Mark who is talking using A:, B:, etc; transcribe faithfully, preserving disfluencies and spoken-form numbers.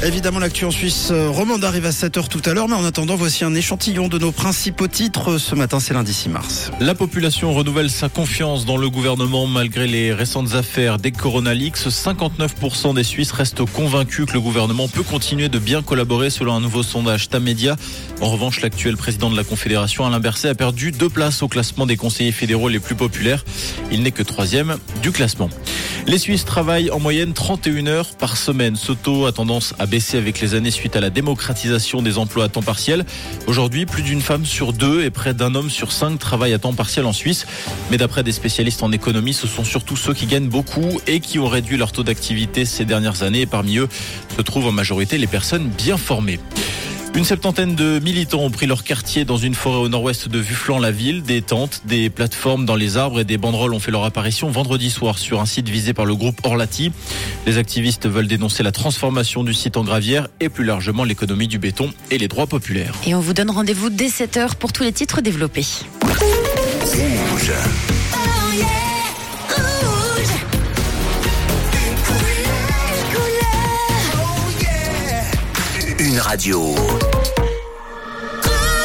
A: Évidemment, l'actu en Suisse romande arrive à sept heures tout à l'heure, mais en attendant, voici un échantillon de nos principaux titres. Ce matin, c'est lundi six mars.
B: La population renouvelle sa confiance dans le gouvernement malgré les récentes affaires des CoronaLeaks. cinquante-neuf pour cent des Suisses restent convaincus que le gouvernement peut continuer de bien collaborer selon un nouveau sondage Tamedia. En revanche, l'actuel président de la Confédération, Alain Berset, a perdu deux places au classement des conseillers fédéraux les plus populaires. Il n'est que troisième du classement. Les Suisses travaillent en moyenne trente et une heures par semaine. Ce taux a tendance à baisser avec les années suite à la démocratisation des emplois à temps partiel. Aujourd'hui, plus d'une femme sur deux et près d'un homme sur cinq travaillent à temps partiel en Suisse. Mais d'après des spécialistes en économie, ce sont surtout ceux qui gagnent beaucoup et qui ont réduit leur taux d'activité ces dernières années. Et parmi eux se trouvent en majorité les personnes bien formées. Une septantaine de militants ont pris leur quartier dans une forêt au nord-ouest de Vufflan-la-Ville. Des tentes, des plateformes dans les arbres et des banderoles ont fait leur apparition vendredi soir sur un site visé par le groupe Orlati. Les activistes veulent dénoncer la transformation du site en gravière et plus largement l'économie du béton et les droits populaires.
C: Et on vous donne rendez-vous dès sept heures pour tous les titres développés.
D: Rouge. Une radio.